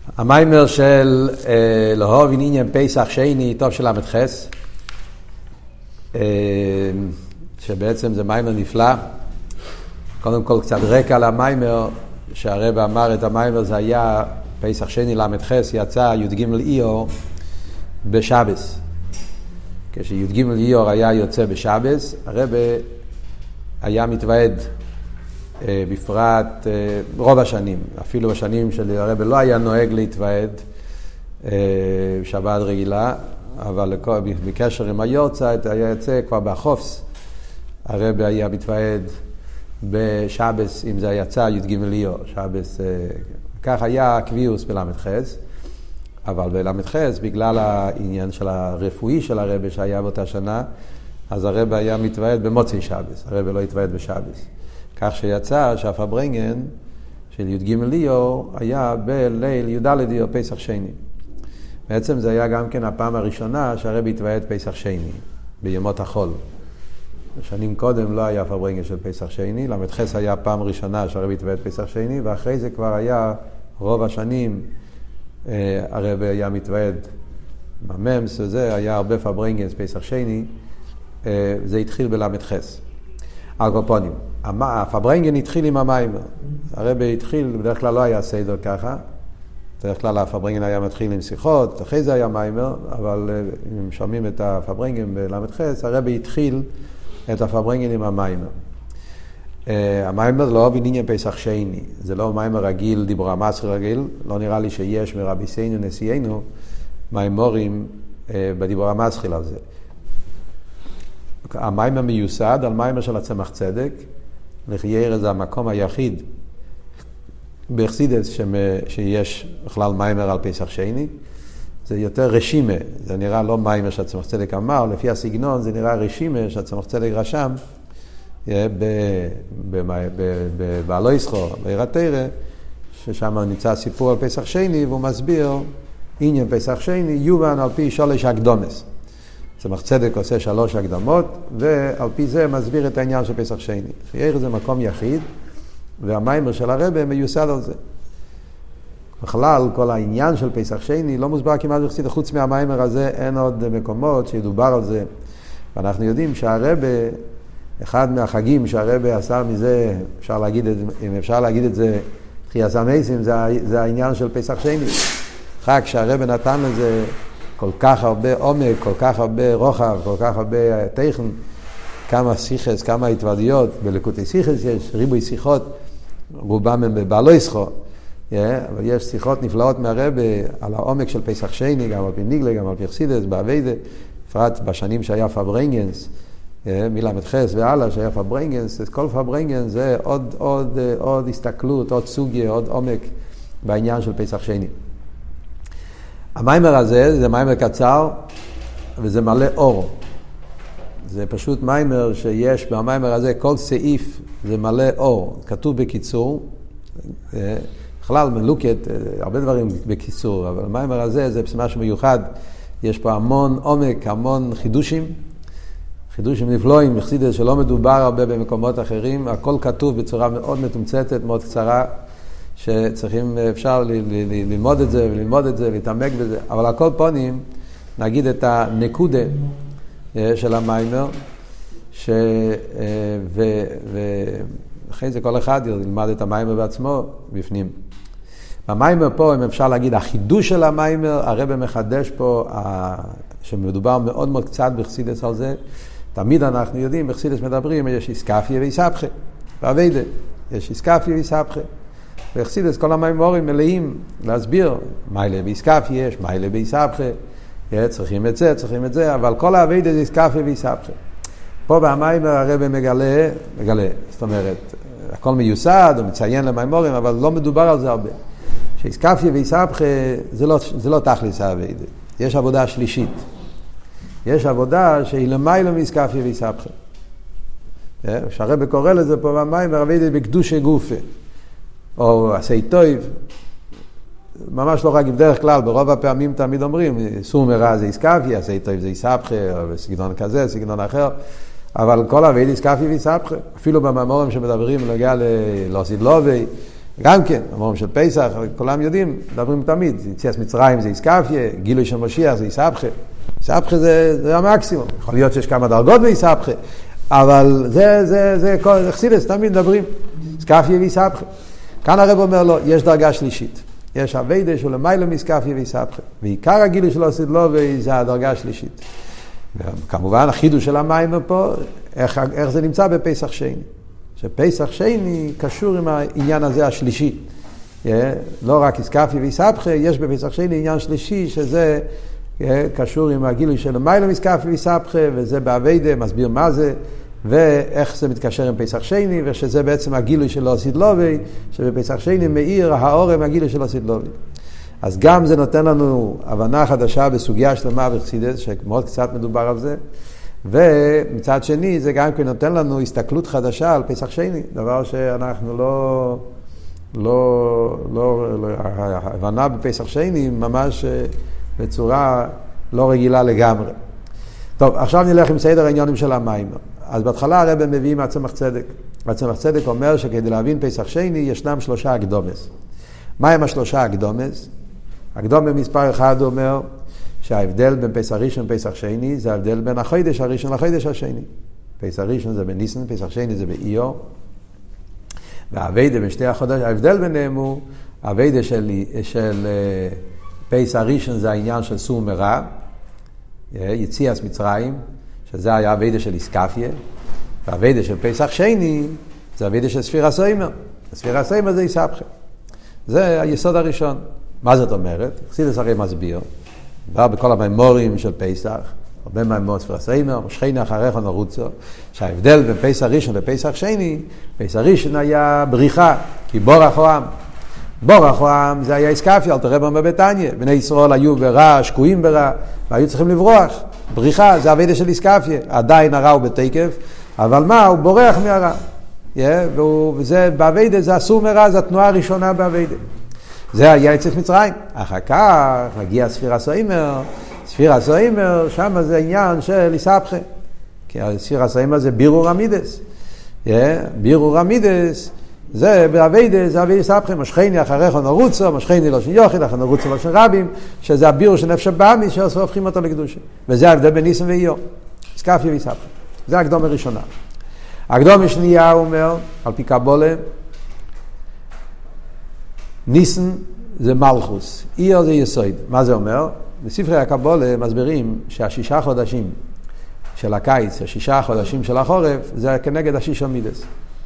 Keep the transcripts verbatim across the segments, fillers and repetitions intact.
המיימר של אה, לאהוב עניין פסח שני טוב של למד חס, אה, שבעצם זה מיימר נפלא. קודם כל קצת רקע למיימר, שהרב אמר את המיימר זה היה פסח שני למד חס, יצא י' ג' איור בשבס. כשי' ג' איור היה יוצא בשבס, הרב היה מתוועד בפרט רוב השנים, אפילו בשנים של הרב לא היה נוהג להתוועד שבת רגילה, אבל בקשר עם היורצייט היה יוצא כבר בחופס, הרב היה מתוועד בשבס, אם זה יצא י' ג' איור, שבס, כך היה קביעוס בלמד חס, אבל בלמד חס, בגלל העניין של הרפואי של הרב שהיה באותה שנה, אז הרב היה מתוועד במוצאי שבס, הרב לא התוועד בשבס. כך שיצא שהפברנגן של י' ג' איור היה בליל י' ד' איור פסח שני. בעצם זה היה גם כן הפעם הראשונה שהרב התוועד פסח שני, בימות החול. שנים קודם לא היה פברנגן של פסח שני, למד חס היה פעם ראשונה שהרב התוועד פסח שני, ואחרי זה כבר היה רוב השנים הרב היה מתוועד בממס, וזה היה הרבה פברנגן פסח שני, זה התחיל בלמד חס. אלקופונים. הפברנגן התחיל עם המיימר. הרב התחיל, בדרך כלל לא היה סדר ככה. בדרך כלל הפברנגן היה מתחיל עם שיחות, אחרי זה היה מיימר, אבל אם שומעים את הפברנגן בלמד חס, הרב התחיל את הפברנגן עם המיימר. המיימר לא עניין פסח שני, זה לא מיימר רגיל, דיבור המסחר רגיל, לא נראה לי שיש מרביסנו נשיאנו מיימורים בדיבור המסחר על זה. המיימר מיוסד על מיימר של הצמח צדק, לחייר זה המקום היחיד בחסידות שיש בכלל מיימר על פסח שני, זה יותר רשימה, זה נראה לא מיימר שהצמח צדק אמר, לפי הסגנון זה נראה רשימה שהצמח צדק רשם בבעלו ישחו, בעירתירה, ששם נמצא סיפור על פסח שני, והוא מסביר עניין פסח שני יובן על פי שלוש הקדומס. צמח צדק עושה שלוש הקדמות, ועל פי זה מסביר את העניין של פסח שני. חייר זה מקום יחיד, והמיימר של הרב מיוסד על זה. בכלל, כל העניין של פסח שני לא מוסבר כמעט בחסידות, חוץ מהמיימר הזה אין עוד מקומות שידובר על זה. ואנחנו יודעים שהרב, אחד מהחגים שהרב עשה מזה, אפשר להגיד את, אם אפשר להגיד את זה, תחיית המסים, זה, זה העניין של פסח שני. חג שהרב נתן לזה כל כך הרבה עומק, כל כך הרבה רוחב, כל כך הרבה טכן, כמה שיחס, כמה התוודיות, בליקוטי שיחס יש ריבוי שיחות, רובם הם בבעלו ישחו, yeah, אבל יש שיחות נפלאות מהרבה על העומק של פסח שני, גם על פי ניגלה, גם על פי חסידות, בעבודה, בפרט בשנים שהיה פברנגנס, yeah, מלמד חס והלאה שהיה פברנגנס, כל פברנגנס זה עוד, עוד, עוד הסתכלות, עוד סוגיה, עוד עומק בעניין של פסח שני. המיימר הזה זה מיימר קצר וזה מלא אור. זה פשוט מיימר שיש במיימר הזה כל סעיף זה מלא אור. כתוב בקיצור, בכלל מלוקת, הרבה דברים בקיצור, אבל המיימר הזה זה משהו מיוחד. יש פה המון עומק, המון חידושים, חידושים נפלאים, בחסידות שלא מדובר הרבה במקומות אחרים. הכל כתוב בצורה מאוד מתומצתת, מאוד קצרה, שצריכים, אפשר ל- ל- ל- ללמוד את זה וללמוד את זה, להתעמק בזה, אבל על כל פונים נגיד את הנקודה של המיימר, ש... ואחרי זה כל אחד ילמד את המיימר בעצמו בפנים. במיימר פה, אם אפשר להגיד, החידוש של המיימר, הרב מחדש פה, שמדובר מאוד מאוד קצת בחסידות על זה, תמיד אנחנו יודעים, בחסידות מדברים, יש איסקפיה ואיסבכה, בעבודה, יש איסקפיה ואיסבכה. בחסידות כל המיימורים מלאים להסביר, מיילה באיסקפיה יש, מיילה באיסבכה, צריכים את זה, צריכים את זה, אבל כל העבודה זה איסקפיה ואיסבכה. פה במיימר הרב מגלה, מגלה, זאת אומרת, הכל מיוסד, הוא מציין למיימורים, אבל לא מדובר על זה הרבה. שאיסקפיה ואיסבכה זה לא, זה לא תכלס העבודה. יש עבודה שלישית. יש עבודה שהיא למיילה מאיסקפיה ואיסבכה. שהרב קורא לזה פה במיימר, עבודה בקדושי גופה. או עשי טוב, ממש לא רק בדרך כלל, ברוב הפעמים תמיד אומרים, סור מרע זה איסקפיה, עשי טוב זה איסבכה, או סגנון כזה, סגנון אחר, אבל כל עבודה איסקפיה ואיסבכה, אפילו במאמרים שמדברים לנוגע ללוסיד לובי, גם כן, אמורים של פסח, כולם יודעים, מדברים תמיד, יציאת מצרים זה איסקפיה, גילוי של משיח זה איסבכה. איסבכה זה, זה המקסימום. יכול להיות שיש כמה דרגות באיסבכה, אבל זה, זה, זה, זה, חסידס, תמיד מדברים. איסקפיה ואיסבכה. כאן הרב אומר לו, יש דרגה שלישית. יש הווידה שהוא למעלה מאיסקפיה ואיסבכה. ועיקר הגילוי שלו סדלובי זה הדרגה השלישית. וכמובן, החידוש של המים פה, איך, איך זה נמצא בפסח שני. שפסח שני קשור עם העניין הזה השלישי. לא רק איסקפיה ואיסבכה, יש בפסח שני עניין שלישי שזה קשור עם הגילוי של למעלה מאיסקפיה ואיסבכה, וזה בעבודה, מסביר מה זה, ואיך זה מתקשר עם פסח שני, ושזה בעצם הגילוי של הסדלובי, שבפסח שני מאיר האור עם הגילוי של הסדלובי. אז גם זה נותן לנו הבנה חדשה בסוגיה שלמה בחסידות, שמאוד קצת מדובר על זה, ומצד שני זה גם כן נותן לנו הסתכלות חדשה על פסח שני, דבר שאנחנו לא, לא, לא, לא ההבנה בפסח שני ממש בצורה לא רגילה לגמרי. טוב, עכשיו נלך עם סדר העניינים של המים. אז בהתחלה הרב מביא מהצמח צדק. הצמח צדק אומר שכדי להבין פסח שני ישנם שלושה הקדומס. מה הם השלושה הקדומס? הקדומה מספר אחד אומר שההבדל בין פסח ראשון ופסח שני זה ההבדל בין החודש הראשון לחודש השני. פסח ראשון זה בניסן, פסח שני זה באיור. והעבודה בין שתי החודשים, ההבדל ביניהם הוא, העבודה של, של פסח ראשון זה העניין של סור מרע, יציאת מצרים, שזה היה העבודה של איסקפיה, והעבודה של פסח שני זה העבודה של ספירה סוימר. ספירה סוימר זה איסבכה. זה היסוד הראשון. מה זאת אומרת? חסידס הרי מסביר, דבר בכל המיימורים של פסח, הרבה מיימור ספירה סוימר, שכינה אחריך נרוצו, שההבדל בין פסח ראשון ופסח שני, פסח ראשון היה בריחה, כי בורח הוא עם. בורח הוא עם זה היה איסקפיה, אל תראה בהם בביתניה. בני ישראל היו ברע, שקועים ברע, והיו צריכים לברוח. בריחה זה העבודה של איסקפיה, עדיין הרע הוא בתקף, אבל מה? הוא בורח מהרע. Yeah, וזה בעבודה, זה אסור מרע, זה התנועה הראשונה בעבודה. זה היה יציאת מצרים. אחר כך מגיע ספירה סוימר, ספירה סוימר, שם זה עניין של איסבכה. כי ספירה סוימר זה בירור המידס. Yeah, בירור המידס, זה בעבודה, זה עבודה איסבכה. משכני אחריך נרוצו, משכני לא שיוחד, אחר נרוצו לא שרבים, שזה הבירור של נפש הבאמי, שעשו הופכים אותו לקדושה. וזה ההבדל בין ניסן ואיור. איסקפיה ואיסבכה. זה הקדומה הראשונה. הקדומה השנייה אומר, על פי קבולה, ניסן זה מלכוס, איור זה יסוד. מה זה אומר? בספרי הקבולה מסבירים שהשישה חודשים של הקיץ, השישה חודשים של החורף, זה כנגד השישה מידס.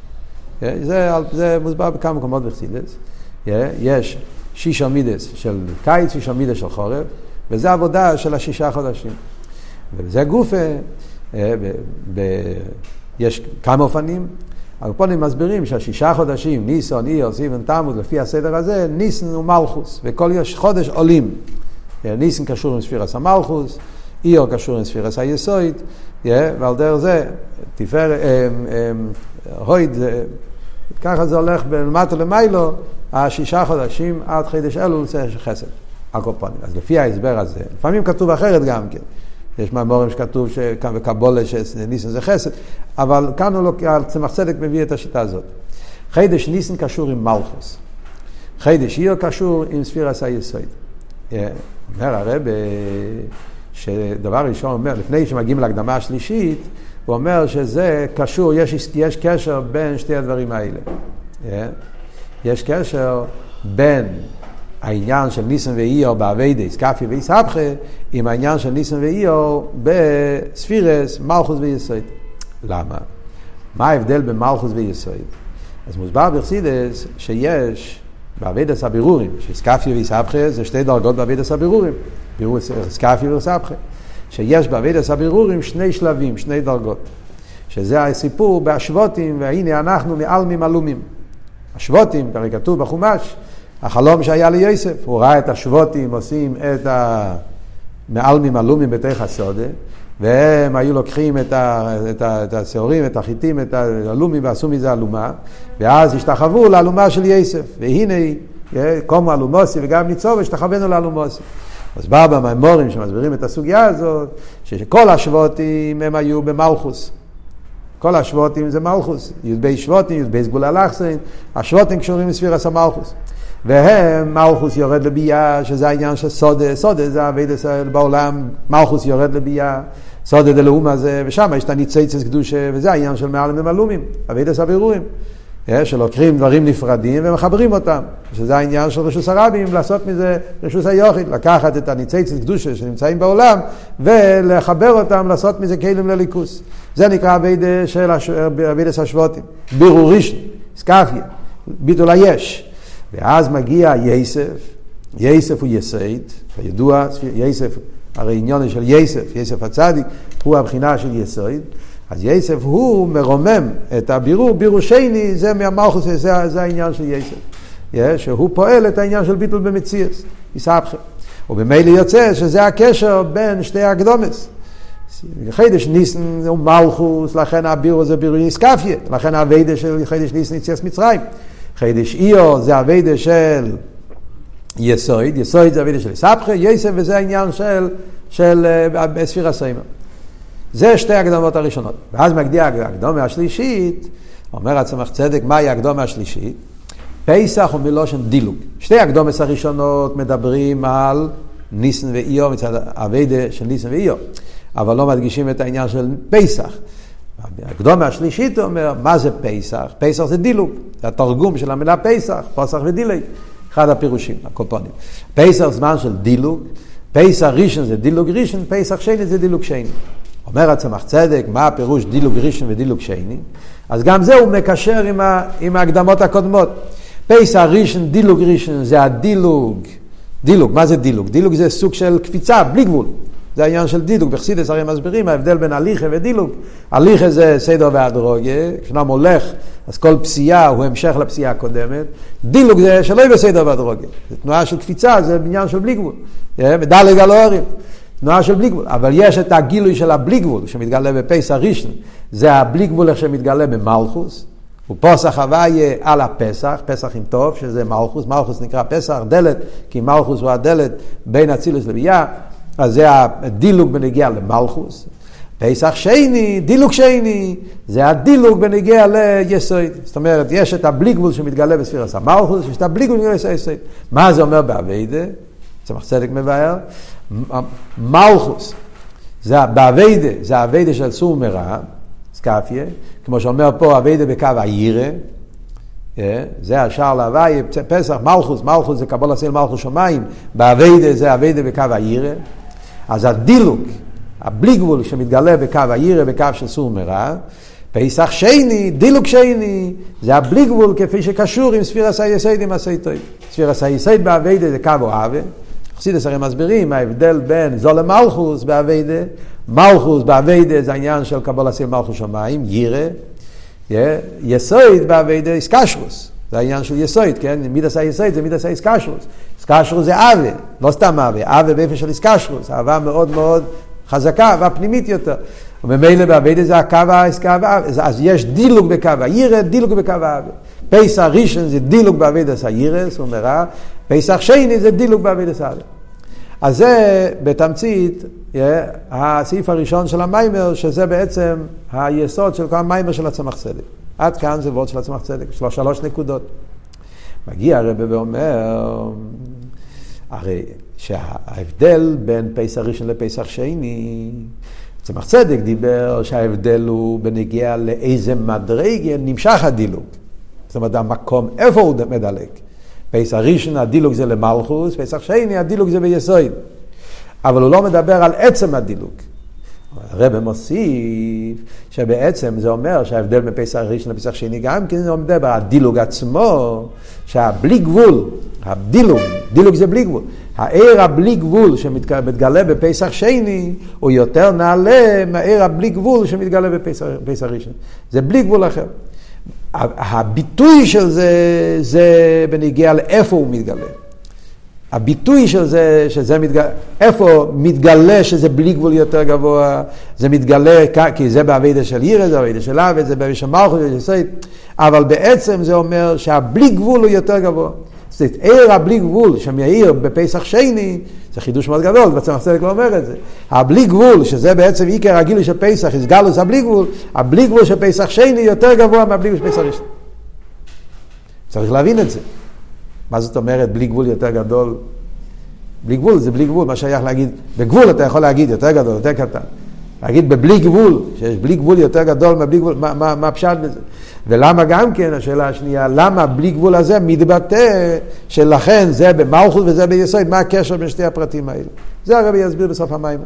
זה, זה מוסבר בכמה מקומות בחסידות. יש שישה מידס של קיץ, שישה מידס של חורף, וזה עבודה של השישה חודשים. וזה גופה, ב, ב, יש כמה אופנים, אבל פה הם מסבירים שהשישה חודשים, ניסון, איור, סיוון, תמוז, לפי הסדר הזה, ניסן הוא מלכוס, וכל חודש עולים. ניסן קשור עם ספירס המלכוס, איור קשור עם ספירס היסוד, ועל דרך זה, תפאר, הויד, ככה זה הולך בלמטה למיילו, השישה חודשים עד חידש אלול זה חסד, הקופונים. אז לפי ההסבר הזה, לפעמים כתוב אחרת גם כן, יש מאמרים שכתוב שכאן בקבולה שניסן זה חסד, אבל כאן הוא לא, צמח צדק מביא את השיטה הזאת. חידש ניסן קשור עם מלכוס. חידש איור קשור עם ספירס היסוד. אומר הרב שדבר ראשון אומר, לפני שמגיעים להקדמה השלישית, הוא אומר שזה קשור, יש, יש קשר בין שתי הדברים האלה. יש קשר בין העניין של ניסן ואיור בעבודה, איסקפיה ואיסבכה, עם העניין של ניסן ואיור בספירס, מלכוס ויסוד. למה? מה ההבדל בין מלכוס ויסוד? אז מוסבר בחסידות שיש בעבודת הבירורים, שאיסקפיה ואיסבכה זה שתי דרגות בעבודת הבירורים, איסקפיה ואיסבכה, שיש בעבודת הבירורים שני שלבים, שני דרגות, שזה הסיפור בהשבותים, והנה אנחנו מעלמים עלומים. השבותים, כרגע כתוב בחומש, החלום שהיה ליוסף, הוא ראה את השבותים עושים את המעלמים עלומים בתוך הסודה, והם היו לוקחים את, ה, את, ה, את השעורים, את החיטים, את העלומים, ועשו מזה אלומה, ואז השתחוו לאלומה של יוסף, והנה קומו אלומוסי וגם ניצוב, השתחווינו לאלומוסי. אז בא במאמרים שמסבירים את הסוגיה הזאת, שכל השבותים הם היו במלכוס. כל השבוטים זה מלכוס, י"ב שבוטים, י"ב גבול הלחסן, השבוטים קשורים לספירס המלכוס. והם, מלכוס יורד לבייה, שזה העניין של סודה, סודה זה אביידס בעולם, מלכוס יורד לבייה, סודה דלאום הזה, ושם יש את הניצייצס קדושה, וזה העניין של מעל ממלומים, אביידס הבירורים, שלוקחים דברים נפרדים ומחברים אותם, שזה העניין של רשוס הרבים, לעשות מזה רשוס היוחד, לקחת את הניצייצס קדושה שנמצאים בעולם, ולחבר אותם, לעשות מזה כלים לליכוס. זה נקרא אביידס של אביידס השבוטים, בירור ראשון, סקאפיה, ביטול היש. ואז מגיע יסף, יסף הוא יסד, הידוע, יסף, הרי עניון של יסף, יסף הצדיק, הוא הבחינה של יסד, אז יסף הוא מרומם את הבירור, בירור שני, זה מהמלכוס, זה, זה העניין של יסף, שהוא פועל את העניין של ביטול במציאס, יסבכם, ובמילא יוצא שזה הקשר בין שתי הקדומס, חידש ניסן הוא מלכוס, לכן הבירור זה בירור נסקפיה, לכן הווידה של חידש ניסן יציאת מצרים, חידש איו זה הווידה של יסויד, יסויד זה הווידה של סבכה, יסף וזה העניין של, של uh, ספיר הסיימה. זה שתי הקדומות הראשונות. ואז מגדיע הקדומה השלישית, אומר הצמח צדק, מהי הקדומה השלישית? פסח הוא מלושן דילוג. שתי הקדומות הראשונות מדברים על ניסן ואיו, מצד הווידה של ניסן ואיו, אבל לא מדגישים את העניין של פסח. הקדומה השלישית אומר, מה זה פסח? פסח זה דילוג. זה התרגום של המילה פסח, פסח ודילי. אחד הפירושים, הקופונים. פסח זמן של דילוג, פסח ראשון זה דילוג ראשון, פסח שני זה דילוג שני. אומר הצמח צדק, מה הפירוש דילוג ראשון ודילוג שני? אז גם זה הוא מקשר עם, ה, עם ההקדמות הקודמות. פסח ראשון, דילוג ראשון זה הדילוג. דילוג, מה זה דילוג? דילוג זה סוג של קפיצה, בלי גבול. זה העניין של דילוג, בחסידות הרי מסבירים ההבדל בין הליכה ודילוג. הליכה זה סדר והדרוגה, כשאדם הולך, אז כל פסיעה הוא המשך לפסיעה הקודמת. דילוג זה שלא יהיה בסדר והדרוגה. זה תנועה של קפיצה, זה בניין של בלי גבול. מדלג על האורים, תנועה של בלי גבול. אבל יש את הגילוי של הבלי גבול, שמתגלה בפסח ראשון. זה הבלי גבול איך שמתגלה במלכוס. הוא פסח הוויה על הפסח, פסח עם טוב, שזה מלכוס. מלכוס נקרא פסח, דלת, כי מלכוס הוא הדלת בין אצילוס לביאה. אז זה הדילוג בנגיע למלכוס. פסח שני, דילוג שני, זה הדילוג בנגיע ליסוד. זאת אומרת, יש את הבלי גבול שמתגלה בספירס המלכוס, יש את הבלי גבול שמתגלה ליסוד. מה זה אומר בעבודה? צמח צדק מבאר. מלכוס, זה בעבודה, זה העבודה של סור מרע, סקאפיה, כמו שאומר פה, עבודה בקו העירה, זה השער להווי, פסח, מלכוס, מלכוס זה קבול עשיל מלכוס שמיים, בעבודה זה עבודה בקו העירה, אז הדילוג, הבלי גבול שמתגלה בקו העירה, בקו של סור מרע, פסח שני, דילוג שני, זה הבלי גבול כפי שקשור עם ספירס היסוד עם הסייטוי. ספירס היסוד בעבודה זה קו אוהבה, חסידות הרי מסבירים ההבדל בין זול למלכוס בעבודה, מלכוס בעבודה זה העניין של קבול עשיל מלכוס שמיים, יירה, יסוד בעבודה איסקשרוס, זה העניין של יסוד, כן? מידס היסוד זה מידס האיסקשרוס. איסקשרוס זה אהבה, לא סתם אהבה, אהבה באופן של איסקשרוס, אהבה מאוד מאוד חזקה, אהבה פנימית יותר. וממילא בעבודה זה הקו האיסקאבה, אז יש דילוג בקו הירה, דילוג בקו האהבה. פסח ראשון זה דילוג בעבודה הירה, זאת אומרת, פסח שני זה דילוג בעבודה האהבה. אז זה בתמצית הסעיף הראשון של המיימר, שזה בעצם היסוד של כל המיימר של הצמח צדק. עד כאן זה וורד של הצמח צדק, שלוש, שלוש נקודות. מגיע הרב ואומר, הרי שההבדל בין פסח ראשון לפסח שני, צמח צדק דיבר שההבדל הוא בנגיע לאיזה מדרגה נמשך הדילוג. זאת אומרת, המקום, איפה הוא מדלק? פסח ראשון הדילוג זה למלכוס, פסח שני הדילוג זה ביסוד. אבל הוא לא מדבר על עצם הדילוג. הרב מוסיף שבעצם זה אומר שההבדל בין פסח ראשון לפסח שני גם כן זה מדבר על הדילוג עצמו, שהבלי גבול, הדילוג, דילוג זה בלי גבול. העיר הבלי גבול שמתגלה בפסח שני הוא יותר נעלה מהעיר הבלי גבול שמתגלה בפסח ראשון. זה בלי גבול אחר. הביטוי של זה, זה בנגיע לאיפה הוא מתגלה. הביטוי של זה, שזה מתגלה, איפה מתגלה שזה בלי גבול יותר גבוה, זה מתגלה, כי זה בעבודה של עירה, זה בעבודה של עבד, זה בעבודה של מלכות, אבל בעצם זה אומר שהבלי גבול הוא יותר גבוה. זה עיר הבלי גבול שמאיר בפסח שני, זה חידוש מאוד גדול, בצמח צדק לא אומר את זה. הבלי גבול, שזה בעצם עיקר הגילוי של פסח, הסגלוס הבלי גבול, הבלי גבול של פסח שני יותר גבוה מהבלי גבול של פסח ראשון. צריך להבין את זה. מה זאת אומרת בלי גבול יותר גדול? בלי גבול זה בלי גבול, מה שייך להגיד, בגבול אתה יכול להגיד יותר גדול, יותר קטן. להגיד בבלי גבול, שיש בלי גבול יותר גדול מבלי גבול, מה, מה, מה פשט בזה? ולמה גם כן, השאלה השנייה, למה בלי גבול הזה מתבטא שלכן זה במלכות וזה ביסוד, מה הקשר בין שתי הפרטים האלה? זה הרב יסביר בסוף המים.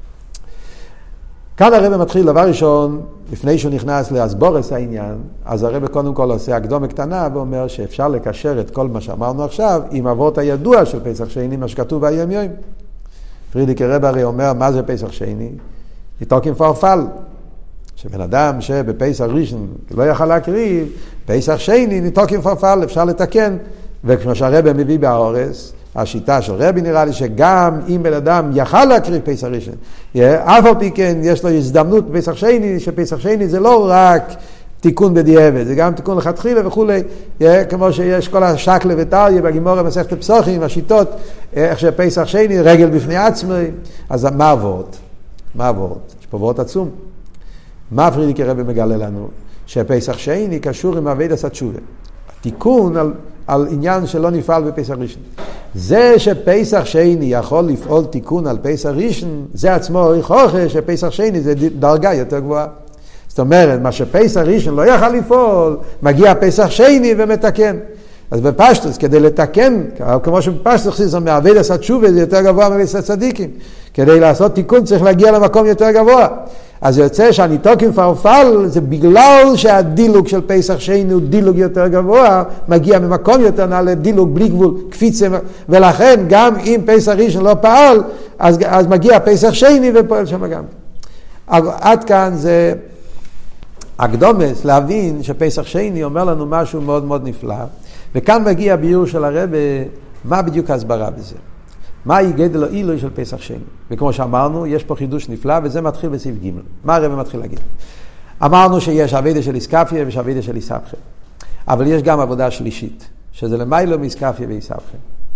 כאן הרב מתחיל דבר ראשון, לפני שהוא נכנס להסבורס העניין, אז הרב קודם כל עושה הקדומה קטנה ואומר שאפשר לקשר את כל מה שאמרנו עכשיו עם אבות הידוע של פסח שני, מה שכתוב ביום יום. פרידיק הרב הרי אומר, מה זה פסח שני? ניתוקים פרפל. שבן אדם שבפסח ראשון לא יכל להקריב, פסח שני ניתוקים פרפל, אפשר לתקן. וכמו שהרב מביא באורס, השיטה של רבי נראה לי שגם אם בן אדם יכל להקריב פסח ראשון, אף על פי כן יש לו הזדמנות בפסח שני, שפסח שני זה לא רק תיקון בדיעבד, זה גם תיקון לכתחילה וכולי, כמו שיש כל השקלה וטריה בגימורה מסכת פסוחים, השיטות, איך שפסח שני רגל בפני עצמי, אז מה עבוד? מה עבוד? יש פה עבוד עצום. מה פרידיק הרב מגלה לנו? שפסח שני קשור עם אביידס התשובה. התיקון על, על עניין שלא נפעל בפסח ראשון. זה שפסח שני יכול לפעול תיקון על פסח ראשון, זה עצמו הוכחה שפסח שני זה דרגה יותר גבוהה. זאת אומרת, מה שפסח ראשון לא יכול לפעול, מגיע פסח שני ומתקן. אז בפשטוס, כדי לתקן, כמו שבפשטוס זה מאביידס התשובה, זה יותר גבוה מאביידס הצדיקים. כדי לעשות תיקון צריך להגיע למקום יותר גבוה. אז יוצא שהניתוקים פרפל זה בגלל שהדילוג של פסח שני הוא דילוג יותר גבוה, מגיע ממקום יותר נעלה, דילוג בלי גבול, קפיצה, ולכן גם אם פסח ראשון לא פעל, אז, אז מגיע פסח שני ופועל שם גם. עד כאן זה הקדומס להבין שפסח שני אומר לנו משהו מאוד מאוד נפלא, וכאן מגיע ביור של הרב, מה בדיוק ההסברה בזה? מהי גדל העילוי של פסח שני? וכמו שאמרנו, יש פה חידוש נפלא, וזה מתחיל בסעיף ג'. מה הרב מתחיל להגיד? אמרנו שיש עבודה של איסקפיה ויש עבודה של איסבכה. אבל יש גם עבודה שלישית, שזה למיילו מאיסקפיה ואיסבכה.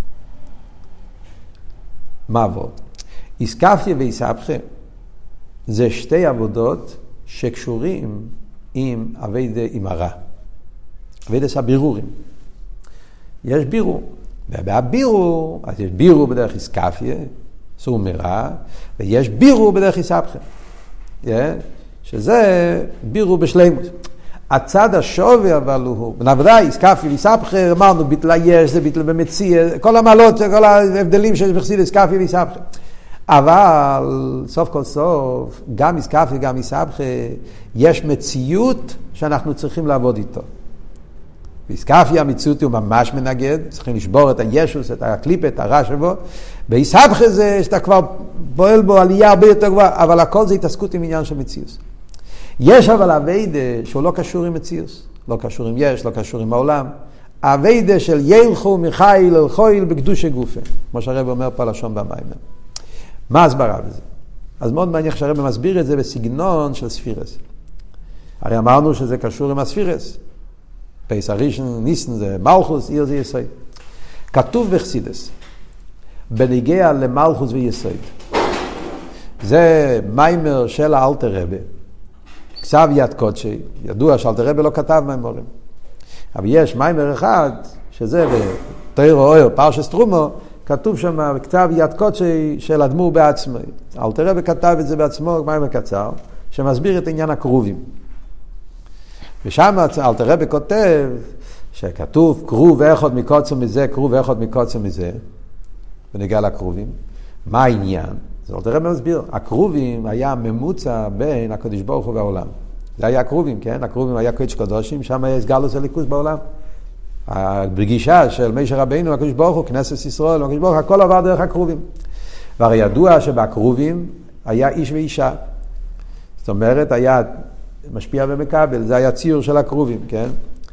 מה עבוד? איסקפיה ואיסבכה זה שתי עבודות שקשורים עם עבודה עם הרע. עבודה של הבירורים. יש בירור. ובבירור, אז יש בירור בדרך איסקפיה, סור מרע, ויש בירור בדרך איסבכה. שזה בירור בשלימות. הצד השווי אבל הוא, בנבדאי, איסקפיה ואיסבכה, אמרנו, ביטלה יש, זה ביטלה במציע, כל המעלות, כל ההבדלים שיש בחסידות איסקפיה ואיסבכה. אבל סוף כל סוף, גם איסקפיה וגם איסבכה, יש מציאות שאנחנו צריכים לעבוד איתו. באיסקפיה המציאות הוא ממש מנגד, צריכים לשבור את הישוס, את הקליפה, את הרע שבו. באיסבכה זה שאתה כבר פועל בו עלייה הרבה יותר גבוהה, אבל הכל זה התעסקות עם עניין של מציאות. יש אבל עבודה שהוא לא קשור עם מציאות, לא קשור עם יש, לא קשור עם העולם. עבודה של ילכו מחיל אל חיל בקדושי גופה, כמו שהרב אומר פה לשון במים. מה הסברה בזה? אז מאוד מעניין שהרב מסביר את זה בסגנון של ספירס. הרי אמרנו שזה קשור עם הספירס. פסח ראשון, ניסן זה מלכוס, עיר זה יסוד. כתוב בחסידות, בנגיע למלכוס ויסוד. זה מיימר של האלטר רבי. כתב יד קודשי, ידוע שאלטר רבי לא כתב מיימורים. אבל יש מיימר אחד, שזה בתוירו אויר, פרשס תרומו, כתוב שם בכתב יד קודשי של אדמו"ר בעצמו. אלטר רבי כתב את זה בעצמו, מיימר קצר, שמסביר את עניין הקרובים. ושם אלתר רבי כותב שכתוב קרוב ואחד מקוצר מזה, קרוב ואחד מקוצר מזה, ונגיע לקרובים. מה העניין? אז אלתר רבי מסביר, הקרובים היה ממוצע בין הקדוש ברוך הוא והעולם. זה היה הקרובים, כן? הקרובים היה קודש קדושים, שם היה סגלוס הליכוז בעולם. בגישה של משה רבינו, הקדוש ברוך הוא, כנסת ישראל, הקדוש ברוך הוא, הכל עבר דרך הקרובים. והרי ידוע שבקרובים היה איש ואישה. זאת אומרת, היה משפיע ומקבל, זה היה ציור של הקרובים, כן?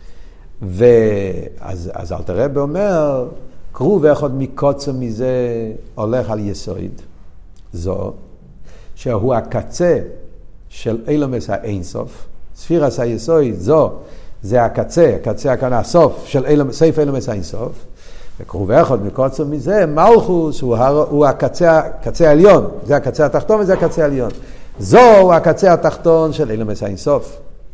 ואז אז אלתר רבי אומר, קרוב אחד מקוצר מזה הולך על יסוד, זו, שהוא הקצה של אילומס האינסוף, ספירס היסוד, זו, זה הקצה, הקצה הכוונה, הסוף של אילומס, סייף אילומס האינסוף, וקרוב אחד מקוצר מזה, מלכוס הוא, הר, הוא הקצה, הקצה העליון, זה הקצה התחתון וזה הקצה העליון. זו הקצה התחתון של אילומס אין סוף.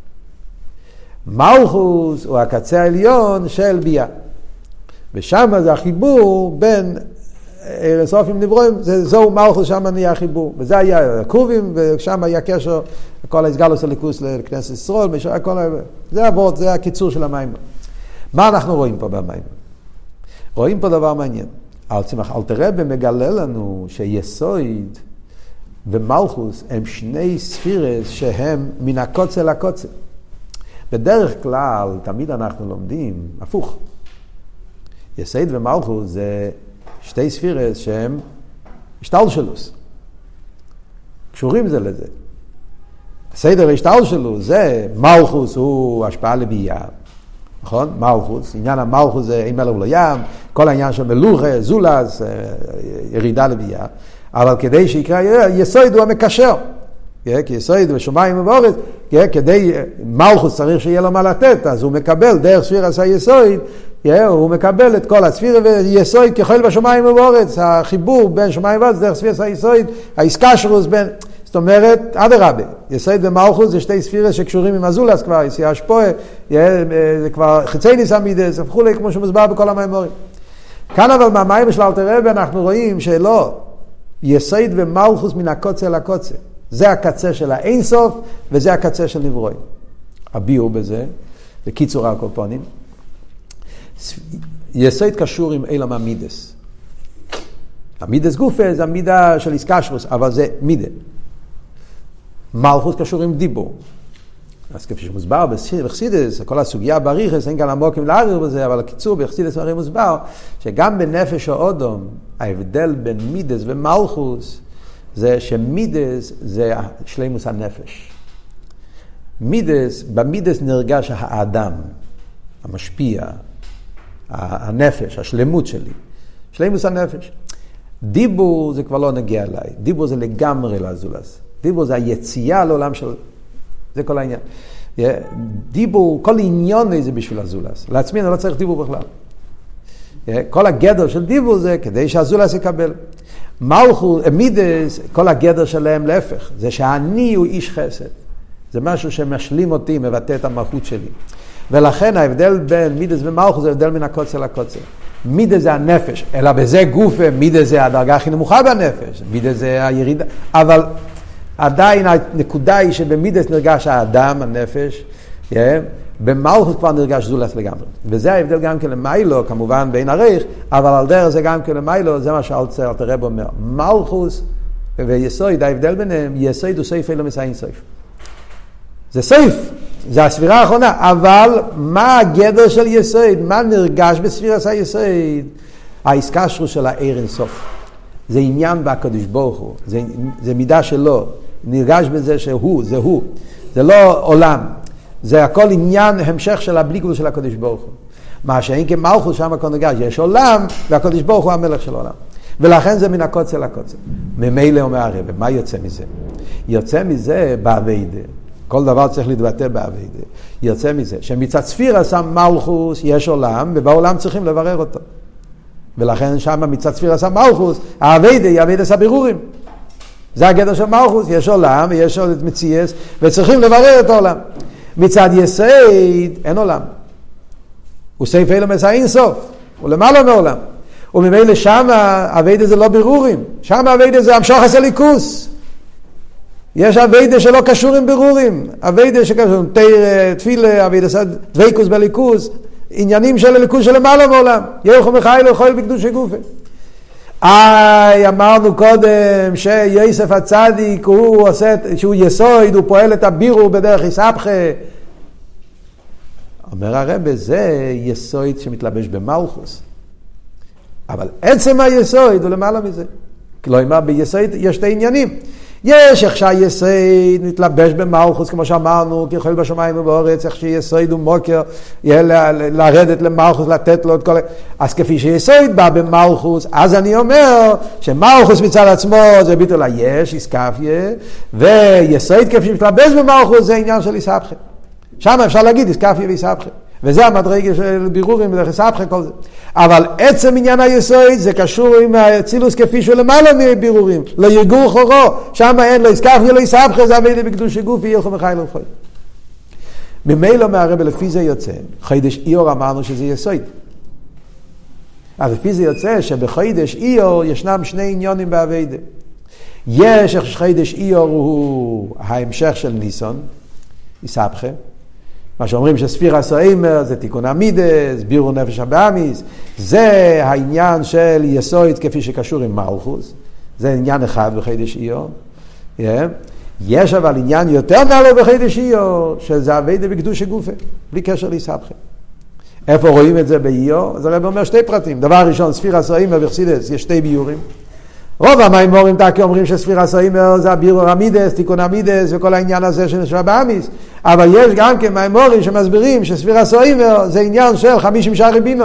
מלכוס הוא הקצה העליון של ביאה. ושם זה החיבור בין ארץ סופים נברואים, זהו מלכוס, שם נהיה החיבור. וזה היה קרובים, ושם היה קשר, כל ההסגלוס הליכוס לכנסת ישראל, כל... זה עבוד, זה הקיצור של המים. מה אנחנו רואים פה במים? רואים פה דבר מעניין. אלתר רבי מגלה לנו שיסוד ומלכוס הם שני ספירס שהם מן הקוצה לקוצה. בדרך כלל, תמיד אנחנו לומדים, הפוך. יסוד ומלכוס זה שתי ספירס שהם השתלשלוס. קשורים זה לזה. סדר השתלשלוס זה מלכוס הוא השפעה לביאה. נכון? מלכוס, עניין המלכוס זה אין מלך ולא ים, כל העניין של מלוכה, זולס, ירידה לביאה, אבל כדי שיקרא יסוד הוא המקשר, כי יסוד בשמיים ובארץ, כדי מלכוס צריך שיהיה לו מה לתת, אז הוא מקבל דרך ספירת היסוד, הוא מקבל את כל הספירה ויסוד ככל בשמיים ובארץ, החיבור בין שמיים ובארץ דרך ספירת היסוד, העסקשרוס בין... זאת אומרת, עד הרבה, יסוד ומלכוס זה שתי ספירות שקשורים עם הזולס כבר, יסיע השפועה, זה כבר חיצי ניס המידס, הפכו לי כמו שמוסבר בכל המיימורים. כאן אבל מהמים של אלתר רבי אנחנו רואים שלא, יסוד ומלכוס מן הקוצה לקוצה. זה הקצה של האין סוף, וזה הקצה של נברואים. הביאו בזה, בקיצור הקופונים, יסוד קשור עם אילם המידס. המידס גופה זה המידה של איסקשרוס, אבל זה מידה. מלכוס קשור עם דיבור. אז כפי שמוסבר בחסידס, כל הסוגיה בריחס, אין כאן עמוקים להעביר בזה, אבל הקיצור בחסידס הרי מוסבר, שגם בנפש האודום, ההבדל בין מידס ומלכוס, זה שמידס זה שלימוס הנפש. מידס, במידס נרגש האדם, המשפיע, הנפש, השלמות שלי. שלימוס הנפש. דיבור זה כבר לא נגיע אליי. דיבור זה לגמרי לזולס. דיבור זה היציאה לעולם של... זה כל העניין. דיבור, כל עניון זה בשביל הזולס. לעצמי אני לא צריך דיבור בכלל. כל הגדר של דיבור זה כדי שהזולס יקבל. מלכוס, מידס, כל הגדר שלהם להפך. זה שאני הוא איש חסד. זה משהו שמשלים אותי, מבטא את המלכות שלי. ולכן ההבדל בין מידס ומלכוס זה הבדל מן הקוצר לקוצר. מידס זה הנפש, אלא בזה גוף, מידס זה הדרגה הכי נמוכה בנפש. מידס זה הירידה. אבל... עדיין הנקודה היא שבמידס נרגש האדם, הנפש, yeah, במלכות כבר נרגש זולס לגמרי. וזה ההבדל גם כן למיילו, כמובן בין הרייך, אבל על דרך זה גם כן למיילו, זה מה שאלתר רבי אומר. מלכות ויסוד, ההבדל ביניהם, יסוד הוא סייף אלו מסעים סייף. זה סייף, זה הספירה האחרונה, אבל מה הגדר של יסוד? מה נרגש בספירת היסוד? ההסקשרות של העיר אינסוף. זה עניין בקדוש ברוך הוא, זה, זה מידה שלו, נרגש בזה שהוא, זה הוא, זה לא עולם, זה הכל עניין המשך של הבלי גבול של הקדוש ברוך הוא. מה שאין כמלכות שם הכל נרגש, יש עולם, והקדוש ברוך הוא המלך של העולם. ולכן זה מן הקוצר לקוצר. ממילא אומר הרב, מה יוצא מזה? יוצא מזה בעבודה. כל דבר צריך להתבטא בעבודה. יוצא מזה, שמצד ספירה שם מלכות, יש עולם, ובעולם צריכים לברר אותו. ולכן שם מצד ספירה שם מלכוס, העבודה היא עבודת הבירורים. זה הגדר של מלכוס, יש עולם ויש עוד מציאס, וצריכים לברר את העולם. מצד יסוד אין עולם. הוא סייף אלו מסעים סוף, הוא למעלה מעולם. וממילא שם העבודה זה לא בירורים, שם העבודה זה המשוך הסליקוס. יש עבודה שלא קשור עם בירורים, עבודה שקשור עם תיר, תפילה, עבודה דוויקוס בליכוס, עניינים של הליכוז של למעלה מעולם. ירחו מיכאל וכל בקדוש גופה. איי, אמרנו קודם שיוסף הצדיק הוא עושה, שהוא יסוד, הוא פועל את הבירור בדרך יסבכה. אומר הרב, זה יסוד שמתלבש במלכוס. אבל עצם היסוד הוא למעלה מזה. כלומר, ביסוד יש שתי עניינים. יש איך שהיסוד נתלבש במלכוס, כמו שאמרנו, ככל בשמיים ובארץ, איך שיסוד הוא מוקר, יהיה לרדת למלכוס, לתת לו את כל... אז כפי שיסוד בא במלכוס, אז אני אומר שמלכוס מצד עצמו זה ביטול היש, איסקפיה, ויסוד כפי שמתלבש במלכוס זה עניין של איסבכה. שם אפשר להגיד איסקפיה ואיסבכה. וזה המדרגה של בירורים בדרך סבכה כל זה. אבל עצם עניין היסוד זה קשור עם הצילוס כפי שהוא למעלה מבירורים. לא יגור חורו, שם אין לו יסקח ולא יסבכה, זה עבד בקדוש הגוף, ילכו מחייל ולחוי. ממילא מהרבא לפי זה יוצא, חידש איור אמרנו שזה יסוד. אז לפי זה יוצא שבחידש איור ישנם שני עניונים בעבדה. יש חידש איור הוא ההמשך של ניסון, יסבכה. מה שאומרים שספיר הסאימר זה תיקון המידס, בירו נפש הבאמיס, זה העניין של יסוד כפי שקשור עם מלכוס, זה עניין אחד בחידש איור. Yeah. יש אבל עניין יותר נעלה בחידש איור, שזה עבודה בקדוש הגופה, בלי קשר ליסבכה. איפה רואים את זה באיור? אז הרב אומר שתי פרטים. דבר ראשון, ספיר הסאימר בחסידות יש שתי ביורים. רוב המימורים תקי אומרים שספיר הסאימר זה הבירו המידס, תיקון המידס וכל העניין הזה של נפש הבאמיס. אבל יש גם כן מימורים שמסבירים שספיר הסאימר זה עניין של חמישים שערי בינה.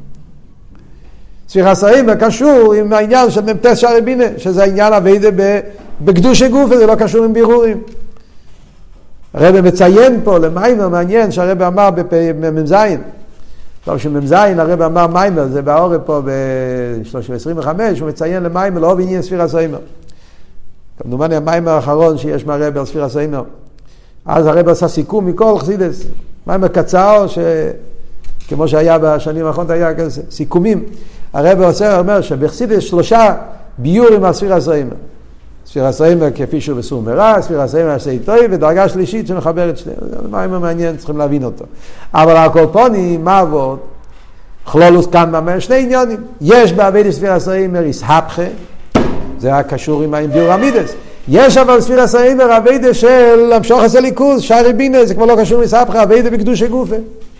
ספיר הסאימר קשור עם העניין של ממתס שערי בינה, שזה העניין עבודה בקדוש הגוף, זה לא קשור עם בירורים. הרב מציין פה למיימר מעניין שהרב אמר בממזיין. טוב שממזיין הרב אמר מיימר, זה באורב פה ב-שלוש מאות עשרים וחמש, הוא מציין למיימר, לא בעניין ספיר הסאימר. כמדומני המיימר האחרון שיש מהרב על ספיר הסאימר. אז הרב עשה סיכום מכל חסידס, מיימר קצר, כמו שהיה בשנים האחרונות היה כזה, סיכומים. הרב עושה, אומר שבחסידס שלושה ביורים על ספיר הסאימר. ספיר הסאימר כפי שהוא בסור מרע, ספיר הסאימר עשי טוב, ודרגה שלישית שמחבר את שניהם. זה מיימר מעניין, צריכים להבין אותו. אבל הקולפונים, מה עבוד? כלולוס כאן ממש שני עניונים. יש בעבודת ספיר הסאימר יסהפכה, זה היה קשור עם ביור המידס. יש אבל ספיר הסאימר עבודה של המשוך עשה ליכוז, שערי בינה, זה כבר לא קשור מסהפכה, עבודה בקדוש הגופה.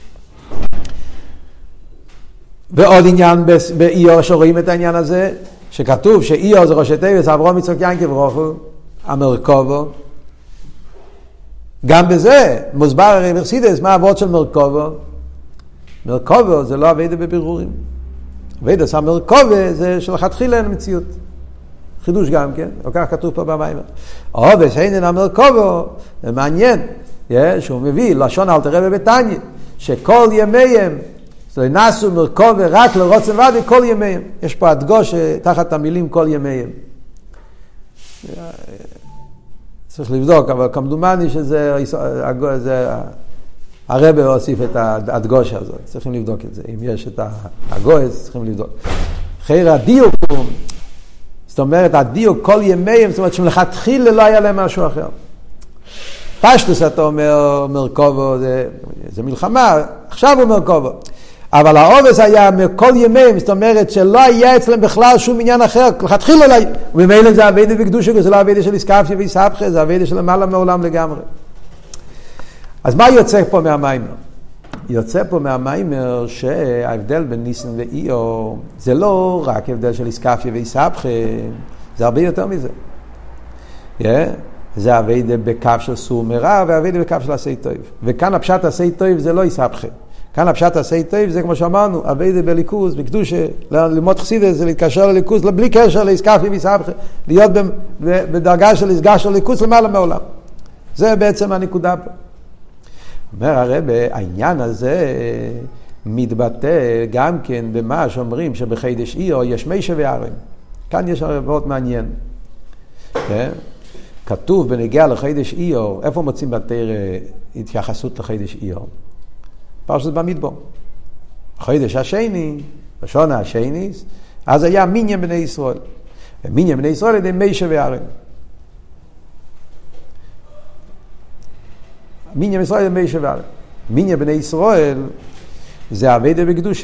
ועוד עניין באיור שרואים את העניין הזה, שכתוב שאיור זה ראשי תיבות, אברהם יצחק יעקב ברוך הוא, המרכובו. גם בזה מוסבר הרי בחסידות, מה העבוד של מרכובו? מרכובו זה לא עבודה בבירורים. עבודה של המרכובו זה שלכתחילה אין מציאות. חידוש גם כן, או כך כתוב פה במיימר. או בסעינן המרכובו, זה מעניין, שהוא מביא לשון אלתר רבי בתניא, שכל ימיהם, זה נעשו מרכובו רק לרוצן ועדי כל ימיהם. יש פה הדגוש תחת המילים כל ימיהם. צריך לבדוק, אבל כמדומני שזה, זה, הרבי הוסיף את הדגוש הזאת, צריכים לבדוק את זה. אם יש את הגוש, צריכים לבדוק. חייר הדיוק הוא, זאת אומרת, הדיוק כל ימיהם, זאת אומרת שמלכתחילה לא היה להם משהו אחר. פשטוס אתה אומר, מרכובו, זה, זה מלחמה, עכשיו הוא מרכובו. אבל העובס היה מכל ימיהם, זאת אומרת שלא היה אצלם בכלל שום עניין אחר, לכתחילה לא היה. וממילא זה עבודה בקדוש, זה לא עבודה של יסקפיה ויסהפכה, זה עבודה של למעלה מעולם לגמרי. אז מה יוצא פה מהמיימר? יוצא פה מהמיימר שההבדל בין ניסן ואיור זה לא רק הבדל של יסקפיה ויסהפכה, זה הרבה יותר מזה. Yeah. זה עבודה בקו של סור מרע ועבודה בקו של עשי טוב. וכאן הפשט עשי טוב זה לא יסהפכה. כאן הפשט עשי טוב זה כמו שאמרנו, עבודה בליכוז, בקדושה, ללמוד חסידות זה להתקשר לליכוז, בלי קשר ליסקפיה ויסהפכה, להיות בדרגה של הסגש של ליכוז למעלה מעולם. זה בעצם הנקודה פה. אומר הרב, העניין הזה מתבטא גם כן במה שאומרים שבחידש איור יש מיישה וארון. כאן יש הרבה מאוד מעניין. כתוב בנגיע לחידש איור, איפה מוצאים בתורה התייחסות לחידש איור? פרשת במדבר. חידש השני, בשנה השני, אז היה מניין בני ישראל. ומניין בני ישראל ידי מיישה וארון. מניין ישראל זה מיישה וארון. מניין בני ישראל זה עבודה בקדושה.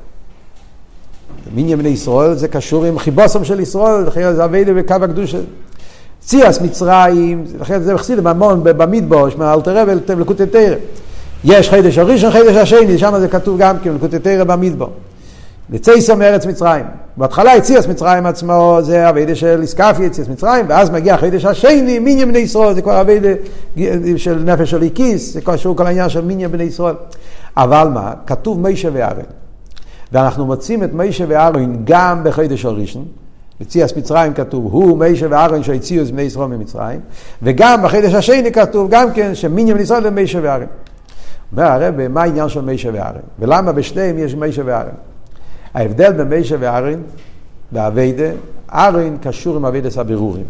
מניין בני ישראל זה קשור עם חיבוסם של ישראל, זה עבודה בקו הקדושה. ציאס מצרים, זה בחסידות המון במדבר, מאלתר רבי לקוטי תורה. יש חידש הראשון, חידש השני, שם זה כתוב גם כן, לקוטי תורה במדבר. לצייסו מארץ מצרים. בהתחלה יציאס מצרים עצמו, זה עבודה של יסקפיה, יציאס מצרים, ואז מגיע חידש השני, מניין בני ישראל, זה כבר עבודה של נפש של איקיס, זה קשור כל העניין של מניין בני ישראל. אבל מה? כתוב מיישה וארון. ואנחנו מוצאים את מיישה וארון גם בחידש הראשון, יציאס מצרים כתוב, הוא מיישה וארון שהציאו בני ישראל ממצרים, וגם בחידש השני כתוב גם כן, שמניין בני ישראל זה מיישה וארון. אומר הרב, מה העניין של מיישה וארן? ולמה בשניהם יש מיישה וארן? ההבדל בין מיישה וארן, באביידה, ארן קשור עם אביידס הבירורים.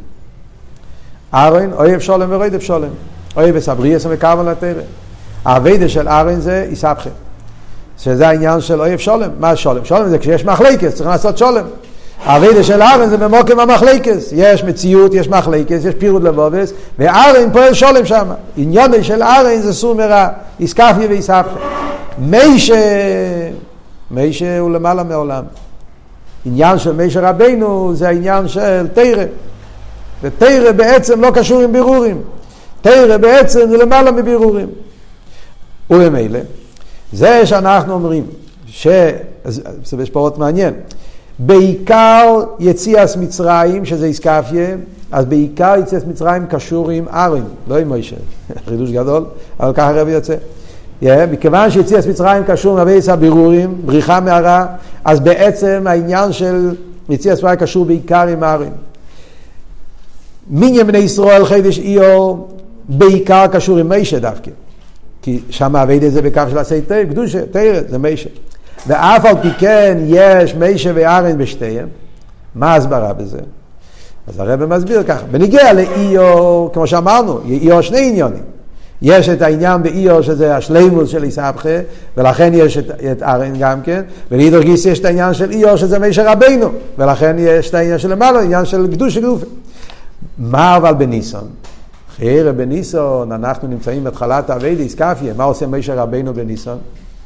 ארן אוהב שולם ורודף שולם. אוהב סבריאס ומקרבן לתורה. האביידה של ארן זה איסבכה. שזה העניין של אוהב שולם. מה שולם? שולם זה כשיש מחלקס, צריך לעשות שולם. האביידה של ארן זה במוקם המחלקס. יש מציאות, יש מחלקס, יש פירוד לבובס, וארן פועל שולם שם. עניין של ארן זה סור מרע, איסקפיה ואיסבכה. מיישה, מיישה הוא למעלה מעולם. עניין של מיישה רבינו זה העניין של תורה. ותורה בעצם לא קשור עם בירורים. תורה בעצם זה למעלה מבירורים. ובמילא, זה שאנחנו אומרים, זה בשפורות מעניין, בעיקר יציאת מצרים, שזה איסקפיה, אז בעיקר יציאת מצרים קשור עם ארן, לא עם מוישה. חידוש גדול, אבל ככה הרב יוצא. Yeah, מכיוון שיציאת מצרים קשור עם אבייס הבירורים, בריחה מהרע, אז בעצם העניין של יציאת מצרים קשור בעיקר עם ארן. מניין בני ישראל חידש איור בעיקר קשור עם מיישה דווקא. כי שם עבד את זה בקו של עשי תיר, קדושה, תיר, זה מיישה. ואף על פי כן יש מיישה וארן בשתיהם. מה הסברה בזה? אז הרב מסביר ככה. בניגיע לאיור, כמו שאמרנו, איור שני עניונים. יש את העניין באיור שזה השלימוס של איסבכה, ולכן יש את, את ארן גם כן, ולאידור גיס יש את העניין של איור שזה מיישה רבינו, ולכן יש את העניין של למעלה, העניין של קדושה גופה. מה אבל בניסון? חיירה בניסון, אנחנו נמצאים בתחילת העבודה איסקפיה, מה עושה מיישה רבינו בניסון?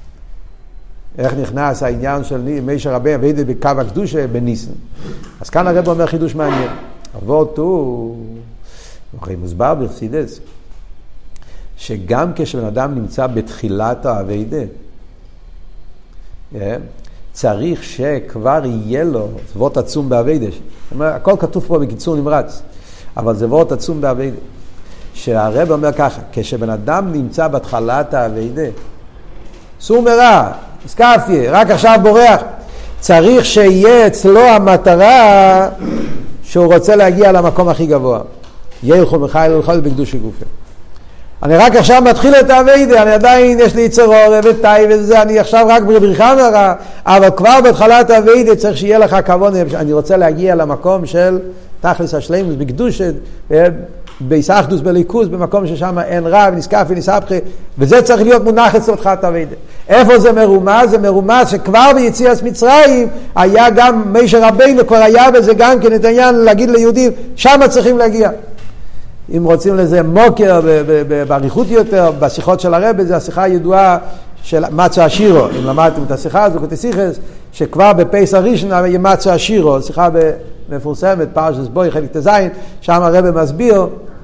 איך נכנס העניין של מיישה רבינו, עבודה בקו הקדושה בניסון? אז כאן הרב אומר חידוש מעניין. אבות הוא, אחרי מוסבר בחסידות, שגם כשבן אדם נמצא בתחילת העבודה, צריך שכבר יהיה לו, זה וורט עצום בעבודה, הכל כתוב פה בקיצור נמרץ, אבל זה וורט עצום בעבודה, שהרב אומר ככה, כשבן אדם נמצא בתחילת העבודה, סור מרע, איסקפיה, רק עכשיו בורח, צריך שיהיה אצלו המטרה שהוא רוצה להגיע למקום הכי גבוה. ילכו מחיל ולכל בקדוש גופה. אני רק עכשיו מתחיל את העבודה, אני עדיין יש לי יצר אור ותאי וזה, אני עכשיו רק בבריחה מרע, אבל כבר בתחילת העבודה צריך שיהיה לך כבוד, אני רוצה להגיע למקום של תכלס השלימוס, בקדושת, בהיסחדוס, בליכוז, במקום ששם אין רע ונזקף ונסבכה, וזה צריך להיות מונח אצל תחילת העבודה. איפה זה מרומז? זה מרומז שכבר ביציאת מצרים היה גם מיישה רבינו, כבר היה בזה גם כן את העניין להגיד ליהודים, שם צריכים להגיע. אם רוצים לזה מוקר בעריכות יותר, בשיחות של הרב, זה השיחה הידועה של מצה השירו. אם למדתם את השיחה הזו, כתסיכס, שכבר בפייס הראשון היה מצה השירו, שיחה מפורסמת, פרשת בוי, חלק תזין, שם הרב מסביר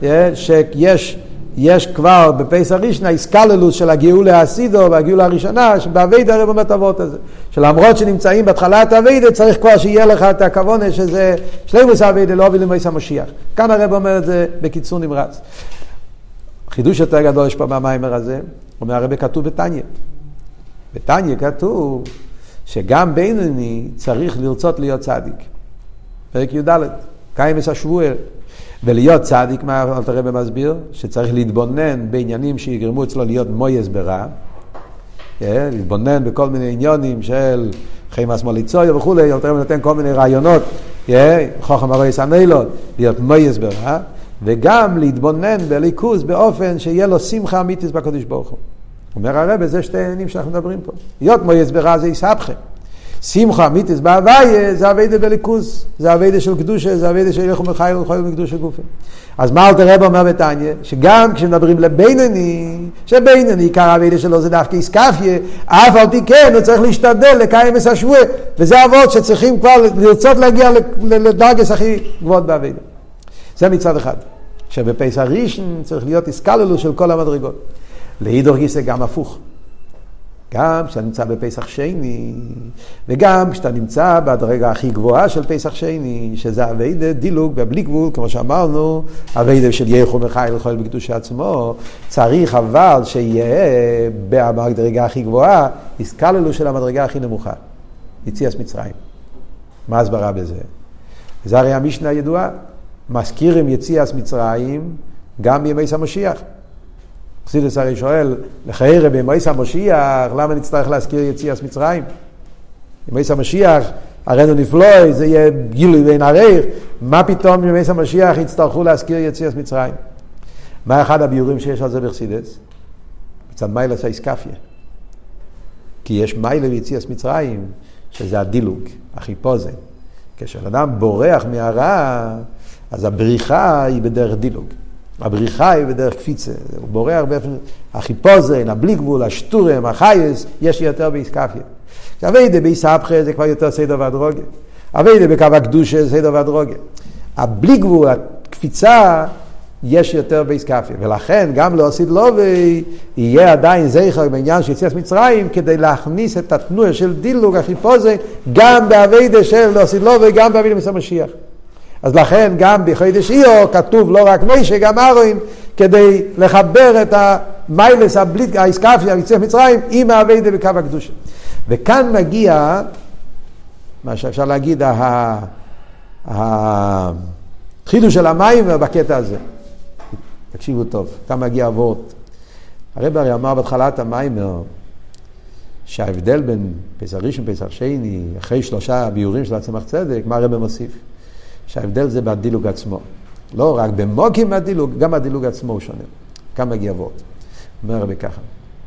שיש יש כבר בפייס הראשון ההסקללוס של הגאולה הסידו והגאולה הראשונה, שבעבודה הרב אומר את הוות הזה, שלמרות שנמצאים בהתחלת העבודה, צריך כבר שיהיה לך את הכוונה שזה שלימוס העבודה, לא הוביל למייס המשיח. כאן הרב אומר את זה בקיצור נמרץ. חידוש יותר גדול יש פה מהמיימר הזה, אומר הרב כתוב בתניא. בתניא כתוב שגם בינוני צריך לרצות להיות צדיק. פרק י"ד, קיימס השבוער. ולהיות צדיק, מה הרב מסביר? שצריך להתבונן בעניינים שיגרמו אצלו להיות מויס ברע, להתבונן בכל מיני עניונים של חיימס מוליצוי וכו', הרב נותן כל מיני רעיונות, חוכם הרויס הנילון, להיות מויס ברע, וגם להתבונן בליכוז באופן שיהיה לו שמחה אמיתית בקדוש ברוך הוא. אומר הרב, זה שתי עניינים שאנחנו מדברים פה. להיות מויס ברע זה איסבכה. שמחה אמיתית בהוויה זה עבודה בליכוז, זה עבודה של קדושה, זה עבודה של ילכו מחיל ולכל בקדושה גופה. אז מה אלתר רבי אומר בתניא? שגם כשמדברים לבינוני, שבינוני עיקר העבודה שלו זה דווקא איסקפיה, אף על פי כן הוא צריך להשתדל לקיים את השבוע, וזה אבות שצריכים כבר לרצות להגיע לדרגס הכי גבוהות בעבודה. זה מצד אחד, שבפייס הראשון צריך להיות איסקללוס של כל המדרגות. לאידור גיסא גם הפוך. גם כשאתה נמצא בפסח שני, וגם כשאתה נמצא בדרגה הכי גבוהה של פסח שני, שזה עבודה דילוג בבלי גבול, כמו שאמרנו, עבודה של ייחו מחיל לכל בקדושה עצמו, צריך אבל שיהיה במדרגה הכי גבוהה, הסקללו של המדרגה הכי נמוכה, יציאת מצרים. מה הסברה בזה? זה הרי המשנה הידועה, מזכירים יציאת מצרים גם בימי המשיח. חסידס הרי שואל, לחיירה במועס המשיח, למה נצטרך להזכיר יציאת מצרים? במועס המשיח, הראינו נפלוי, זה יהיה גילוי בין הרייך, מה פתאום במועס המשיח יצטרכו להזכיר יציאת מצרים? מה אחד הביורים שיש על זה בחסידס? מצד מיילס האיסקפיה. כי יש מיילה ויציאת מצרים, שזה הדילוג, החיפוזן. כשאדם בורח מהרע, אז הבריחה היא בדרך דילוג. הבריחה היא בדרך קפיצה. הוא בורח באופן, החיפוזן, הבלי גבול, השטורם, החייס, יש יותר באיסקפיה. כשהווידה באיסהפכה זה כבר יותר סדר והדרוגה. הווידה בקו הקדושה זה סדר והדרוגה. הבלי גבול, הקפיצה, יש יותר באיסקפיה. ולכן גם להוסיד לובי יהיה עדיין זכר בעניין של יציאת מצרים, כדי להכניס את התנועה של דילוג, החיפוזן, גם בהווידה של להוסיד לובי, גם בהווידה מסע משיח. אז לכן גם בחודש איור כתוב לא רק משה, גם אהרון, כדי לחבר את המיילס, הבליט, האיסקפיה, יציאת מצרים, עם ההווידה בקו הקדושה. וכאן מגיע, מה שאפשר להגיד, החידוש של המים בקטע הזה. תקשיבו טוב, כאן מגיע אבות. הרב הרי אמר בהתחלת המיימר, שההבדל בין פסח ראשון ופסח שני, אחרי שלושה ביורים של הצמח צדק, מה הרב מוסיף? שההבדל זה בדילוג עצמו. לא רק במוקים מהדילוג, גם הדילוג עצמו הוא שונה. כאן מגיע אבות. אומר הרב ככה.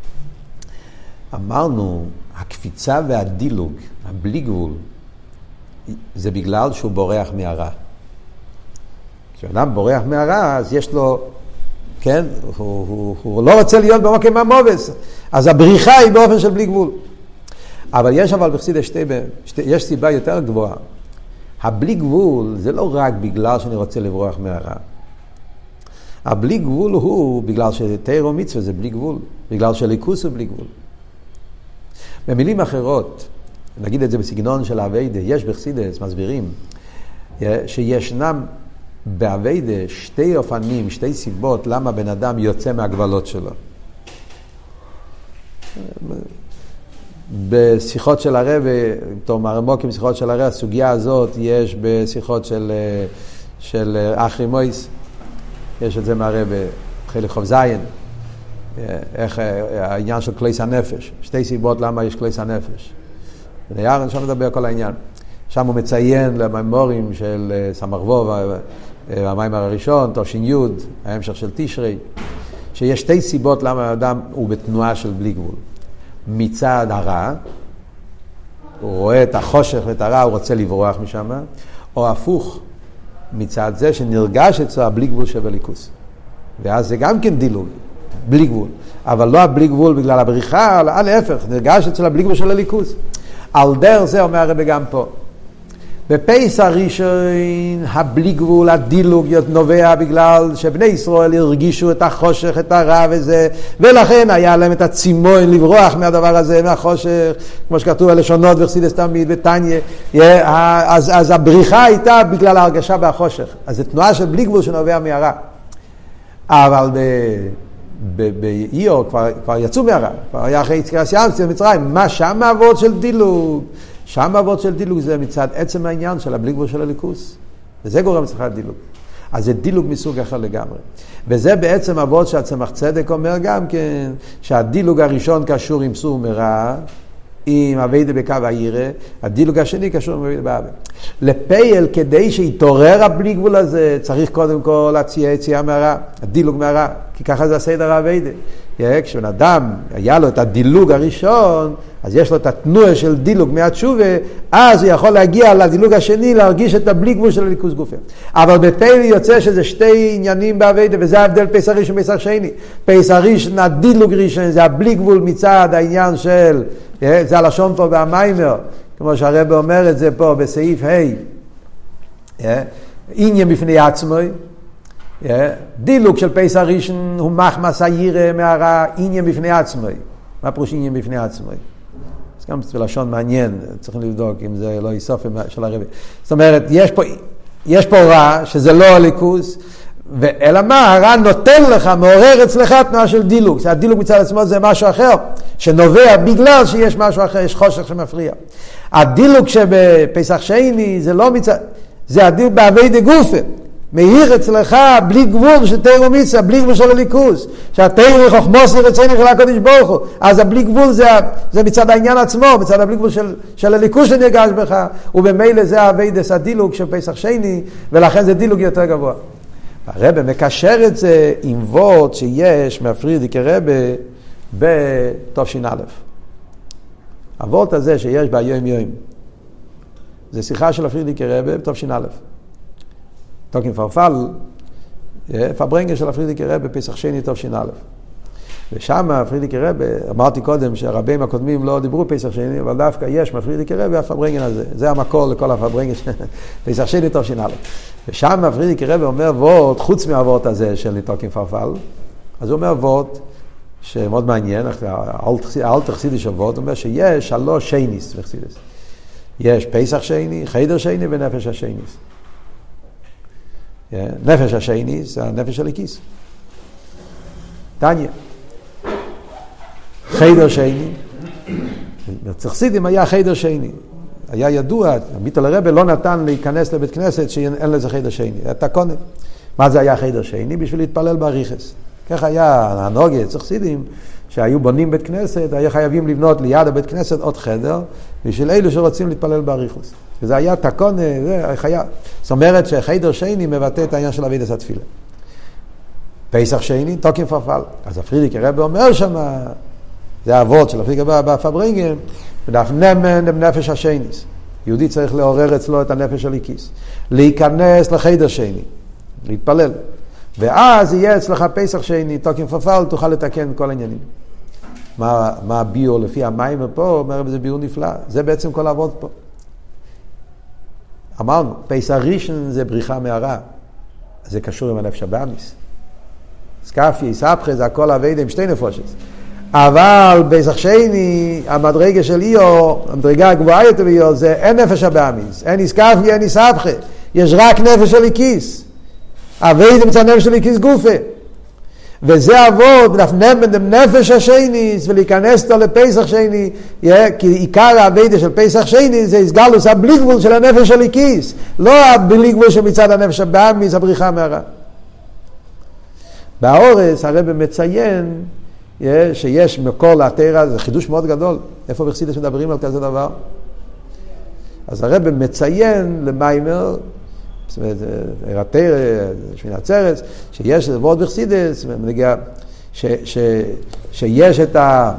אמרנו, הקפיצה והדילוג, הבלי גבול, זה בגלל שהוא בורח מהרע. כשאדם בורח מהרע, אז יש לו, כן, הוא, הוא, הוא לא רוצה להיות במוקם מהמובס, אז הבריחה היא באופן של בלי גבול. אבל יש אבל בחסידות שתי, שתי, יש סיבה יותר גבוהה. הבלי גבול זה לא רק בגלל שאני רוצה לברוח מהרע. הבלי גבול הוא בגלל שתורה ומצווה זה בלי גבול, בגלל שליכוס הוא בלי גבול. במילים אחרות, נגיד את זה בסגנון של הווידה, יש בחסידות מסבירים שישנם בהווידה שתי אופנים, שתי סיבות למה בן אדם יוצא מהגבלות שלו. בשיחות של הרב, תאמר עמוקים שיחות של הרב, הסוגיה הזאת יש בשיחות של, של אחרי מויס, יש את זה מהרב חלק חוב זין, איך העניין של כליס הנפש, שתי סיבות למה יש כליס הנפש. בנייר, שם מדבר כל העניין. שם הוא מציין למיימורים של סמ"ך המיימר הראשון, תושין יוד, ההמשך של תשרי, שיש שתי סיבות למה האדם הוא בתנועה של בלי גבול. מצד הרע, הוא רואה את החושך ואת הרע, הוא רוצה לברוח משם, או הפוך, מצד זה שנרגש אצלו הבלי גבול שבליכוס. ואז זה גם כן דילוג, בלי גבול. אבל לא הבלי גבול בגלל הבריחה, אלא להפך, נרגש אצלו הבלי גבול של הליכוס. על דרך זה אומר הרב גם פה. בפסח ראשון, הבלי גבול, הדילוג נובע בגלל שבני ישראל הרגישו את החושך, את הרע וזה, ולכן היה להם את הצימון לברוח מהדבר הזה, מהחושך, כמו שכתוב הלשונות וחסידות תמיד בתניא, אז, אז הבריחה הייתה בגלל ההרגשה בהחושך. אז זו תנועה של בלי גבול שנובע מהרע. אבל באיור כבר, כבר יצאו מהרע, כבר היה אחרי יציאת מצרים, מה שם העבוד של דילוג? שם העבוד של דילוג זה מצד עצם העניין של הבלי גבול של הליכוס. וזה גורם אצלך דילוג. אז זה דילוג מסוג אחר לגמרי. וזה בעצם העבוד שהצמח צדק אומר גם כן, שהדילוג הראשון קשור עם סור מרע, עם הווידה בקו העירה, הדילוג השני קשור עם הווידה בעבר. לפייל, כדי שיתעורר הבלי גבול הזה, צריך קודם כל להציע יציאה מהרע, הדילוג מהרע, כי ככה זה הסדר הווידה. כשבן אדם היה לו את הדילוג הראשון, אז יש לו את התנועה של דילוג מהתשובה, אז הוא יכול להגיע לדילוג השני, להרגיש את הבלי גבול של הליכוס גופה. אבל בפייל יוצא שזה שתי עניינים בעבודה, וזה ההבדל פסח ראשון ופסח שני. פסח ראשון, הדילוג ראשון, זה הבלי גבול מצד העניין של, זה הלשון פה במיימר, כמו שהרב אומר את זה פה בסעיף ה', עניין בפני עצמוי, דילוג של פסח ראשון הוא מחמס הירא מהרע, עניין בפני עצמוי. מה פירוש עניין בפני עצמוי? זה גם לשון מעניין, צריכים לבדוק אם זה לא יסוף של הרב. זאת אומרת, יש פה, יש פה רע שזה לא הליכוס, אלא מה? הרע נותן לך, מעורר אצלך תנועה של דילוג. הדילוג מצד עצמו זה משהו אחר, שנובע בגלל שיש משהו אחר, יש חושך שמפריע. הדילוג שבפסח שני זה לא מצד, זה הדילוג בעבי דגופה. מאיר אצלך בלי גבול של תיר ומצווה, בלי גבול של הליכוס. שהתיר חוכמוס רצוני של הקדוש ברוך הוא. אז הבלי גבול זה, זה מצד העניין עצמו, מצד הבלי גבול של, של הליכוס שנרגש בך. ובמילא זה האביידס הדילוג של פסח שני, ולכן זה דילוג יותר גבוה. הרב מקשר את זה עם וורט שיש מהפרידיקי רבי בתש"א. הוורט הזה שיש ביום יום. זה שיחה של הפרידיקי רבי בתש"א. תוקין פרפל, פברנגה של הפרידיקי רבי פסח שני תש"א. ושם הפרידיקי רבי, אמרתי קודם שהרבים הקודמים לא דיברו פסח שני, אבל דווקא יש מהפרידיקי רבי הפברנגן הזה. זה המקור לכל הפברנגן של פסח שני תש"א. ושם הפרידיקי רבי אומר וורט, חוץ מהוורט הזה של תוקין פרפל, אז הוא אומר וורט שמאוד מעניין, האלטר חסידי של וורט, הוא אומר שיש שלוש שייניס בחסידס. יש פסח שני, חדר שני ונפש השייניס. נפש השני זה הנפש הליקיס. תניה. חדר שני. בצחסידים היה חדר שני. היה ידוע, ביטל הרבי לא נתן להיכנס לבית כנסת שאין לזה חדר שני. אתה קונה. מה זה היה חדר שני? בשביל להתפלל באריכס. כך היה הנוגה, צחסידים, שהיו בונים בית כנסת, היו חייבים לבנות ליד הבית כנסת עוד חדר, בשביל אלו שרוצים להתפלל באריכוס. וזה היה תקון, זה חיה. זאת אומרת שחדר שני מבטא את העניין של אבידס התפילה. פסח שני, תוקין פרפל. אז הפרידיקי רבי אומר שמה, זה האבות של הפרידיקי רבי בפברנגן, ודף נמן בנפש השניס. יהודי צריך לעורר אצלו את הנפש הליקיס. להיכנס לחדר שני, להתפלל. ואז יהיה אצלך פסח שני, תוקין פרפל, תוכל לתקן כל העניינים. מה, מה הביור לפי המים פה, אומר בזה ביור נפלא. זה בעצם כל העבוד פה. אמרנו, פסח ראשון זה בריחה מהרע. זה קשור עם הנפש הבאמיס. סקאפי, סבחה, זה הכל עבד עם שתי נפושת. אבל פסח שני, המדרגה של איו, המדרגה הגבוהה יותר באיו, זה אין נפש הבאמיס. אין איסקאפי, אין איסבחה. יש רק נפש של איקיס. עבד עם נפש של איקיס גופה. וזה עבוד, לפנם בין נפש השני, ולהיכנס אותו לפסח שני, כי עיקר העבודה של פסח שני, זה הסגלוס הבלי גבול של הנפש של איקיס, לא הבלי גבול שמצד הנפש הבאמיס, הבריחה מהרע. באורס הרב מציין, שיש מקור לתורה, זה חידוש מאוד גדול, איפה בחסידות מדברים על כזה דבר? אז הרב מציין למיימר, זאת אומרת, הרתר, שמיני עצרת, שיש איזה וורט בחסידס, ש, ש, שיש את ה...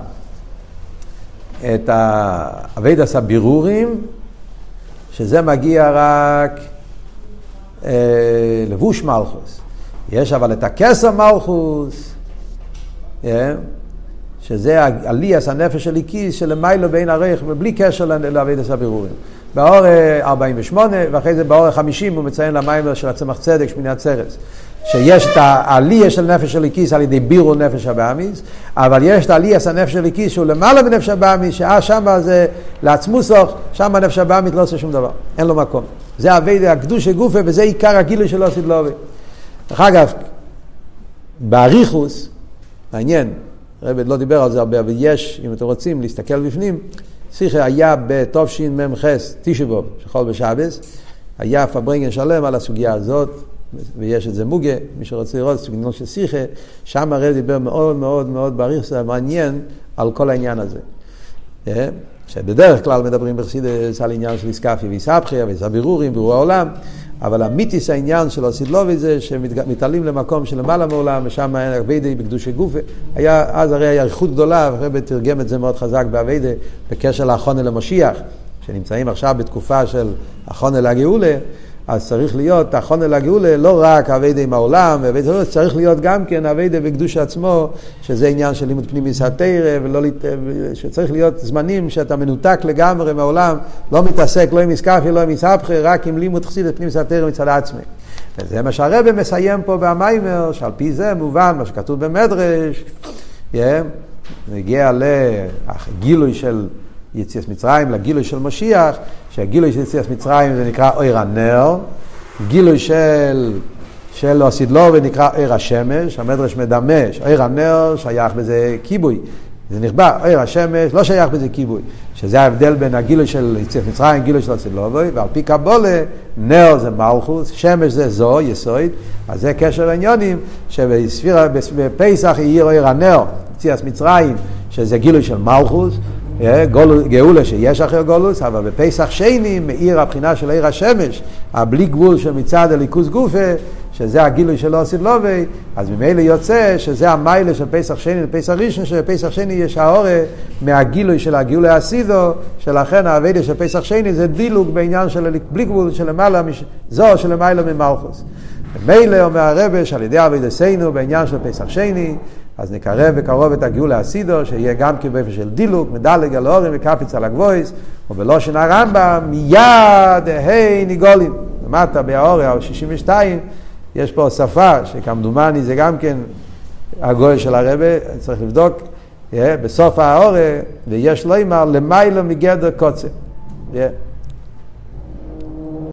את העבודת הבירורים, שזה מגיע רק אה, לבוש מלכוס. יש אבל את הכסר מלכוס, אה, שזה עליית הנפש של איקיס, שלמיילו בין הרייך, בלי קשר לעבודת הבירורים. באור ארבעים ושמונה, ואחרי זה באור חמישים הוא מציין למיימר של הצמח צדק, שמיני עצרת, שיש את העלייה של נפש של איקיס על ידי בירור נפש הבאמיס, אבל יש את העלייה של נפש של איקיס שהוא למעלה בנפש הבאמיס, שאה שמה זה לעצמוסוך, שמה נפש הבאמיס לא עושה שום דבר, אין לו מקום. זה העבודה הקדוש גופה, וזה עיקר הגילוי שלו סדלובי. דרך אגב, באריכוס, מעניין, רבי לא דיבר על זה הרבה, אבל יש, אם אתם רוצים להסתכל בפנים, שיחה היה בתשמ"ח תשבוב, שחול בשבס, היה פברנגן שלם על הסוגיה הזאת, ויש את זה מוגה, מי שרוצה לראות סוגיה של שיחה, שם הרב דיבר מאוד מאוד מאוד באריכוס, מעניין על כל העניין הזה. שבדרך כלל מדברים בחסידות על עניין של איסקאפי ואיסבחיה ואיסבירורים, בירור העולם, אבל המיתיס העניין של הסדלובי זה שמתעלים למקום של למעלה מעולם, ושם אין עבודה בקדושי גופה. היה, אז הרי היה איכות גדולה, והרב תרגם את זה מאוד חזק בעבודה, בקשר לאחרונה למשיח, שנמצאים עכשיו בתקופה של אחרונה לגאולה, אז צריך להיות אחרונה לגאולה לא רק עבודה עם העולם, צריך להיות גם כן עבודה בקדוש עצמו, שזה עניין של לימוד פנימי סתירה, ולא שצריך להיות זמנים שאתה מנותק לגמרי מהעולם, לא מתעסק לא עם איסקאפי, לא עם איסבחה, רק עם לימוד חסידות פנימי סתירה מצד עצמי. וזה מה שהרב מסיים פה במיימר, שעל פי זה מובן מה שכתוב במדרש, נגיע לגילוי של יציאת מצרים, לגילוי של משיח, שהגילוי של יציאת מצרים זה נקרא אור הנר, גילוי של של הסדלובי נקרא אור השמש, המדרש מדמש, אור הנר שייך בזה כיבוי, זה נכבה, אור השמש, לא שייך בזה כיבוי, שזה ההבדל בין הגילוי של יציאת מצרים, גילוי של הסילובוי, ועל פי קבולה, נר זה מלכוס, שמש זה זו, יסוד, אז זה קשר העניונים, שבספירה, בפסח יהיה אור הנר, יציאת מצרים, שזה גילוי של מלכוס, גאולה שיש אחר גולוס, אבל בפסח שני מאיר הבחינה של עיר השמש, הבלי גבול שמצד הליכוז גופה, שזה הגילוי של עושים לובי, אז ממילא יוצא שזה המיילה של פסח שני לפסח ראשון, שבפסח שני יש האורה מהגילוי של הגילוי הסידו, שלכן העבודה של פסח שני זה דילוג בעניין של בלי גבול של למעלה, זו של למעלה ממלכוס. ממילא אומר הרב שעל ידי עבודתנו בעניין של פסח שני, אז נקרב וקרוב את הגאולה הסידו, שיהיה גם כבאופן של דילוג, מדלג על האורים וקפיץ על הגבויס, ובלושן הרמב"ם מיד היי ניגולים. למטה באוריה או שישים ושתיים, יש פה שפה שכמדומני זה גם כן הגוי של הרב, צריך לבדוק, בסוף האוריה, ויש לו אמר למיילו מגדר קוצה.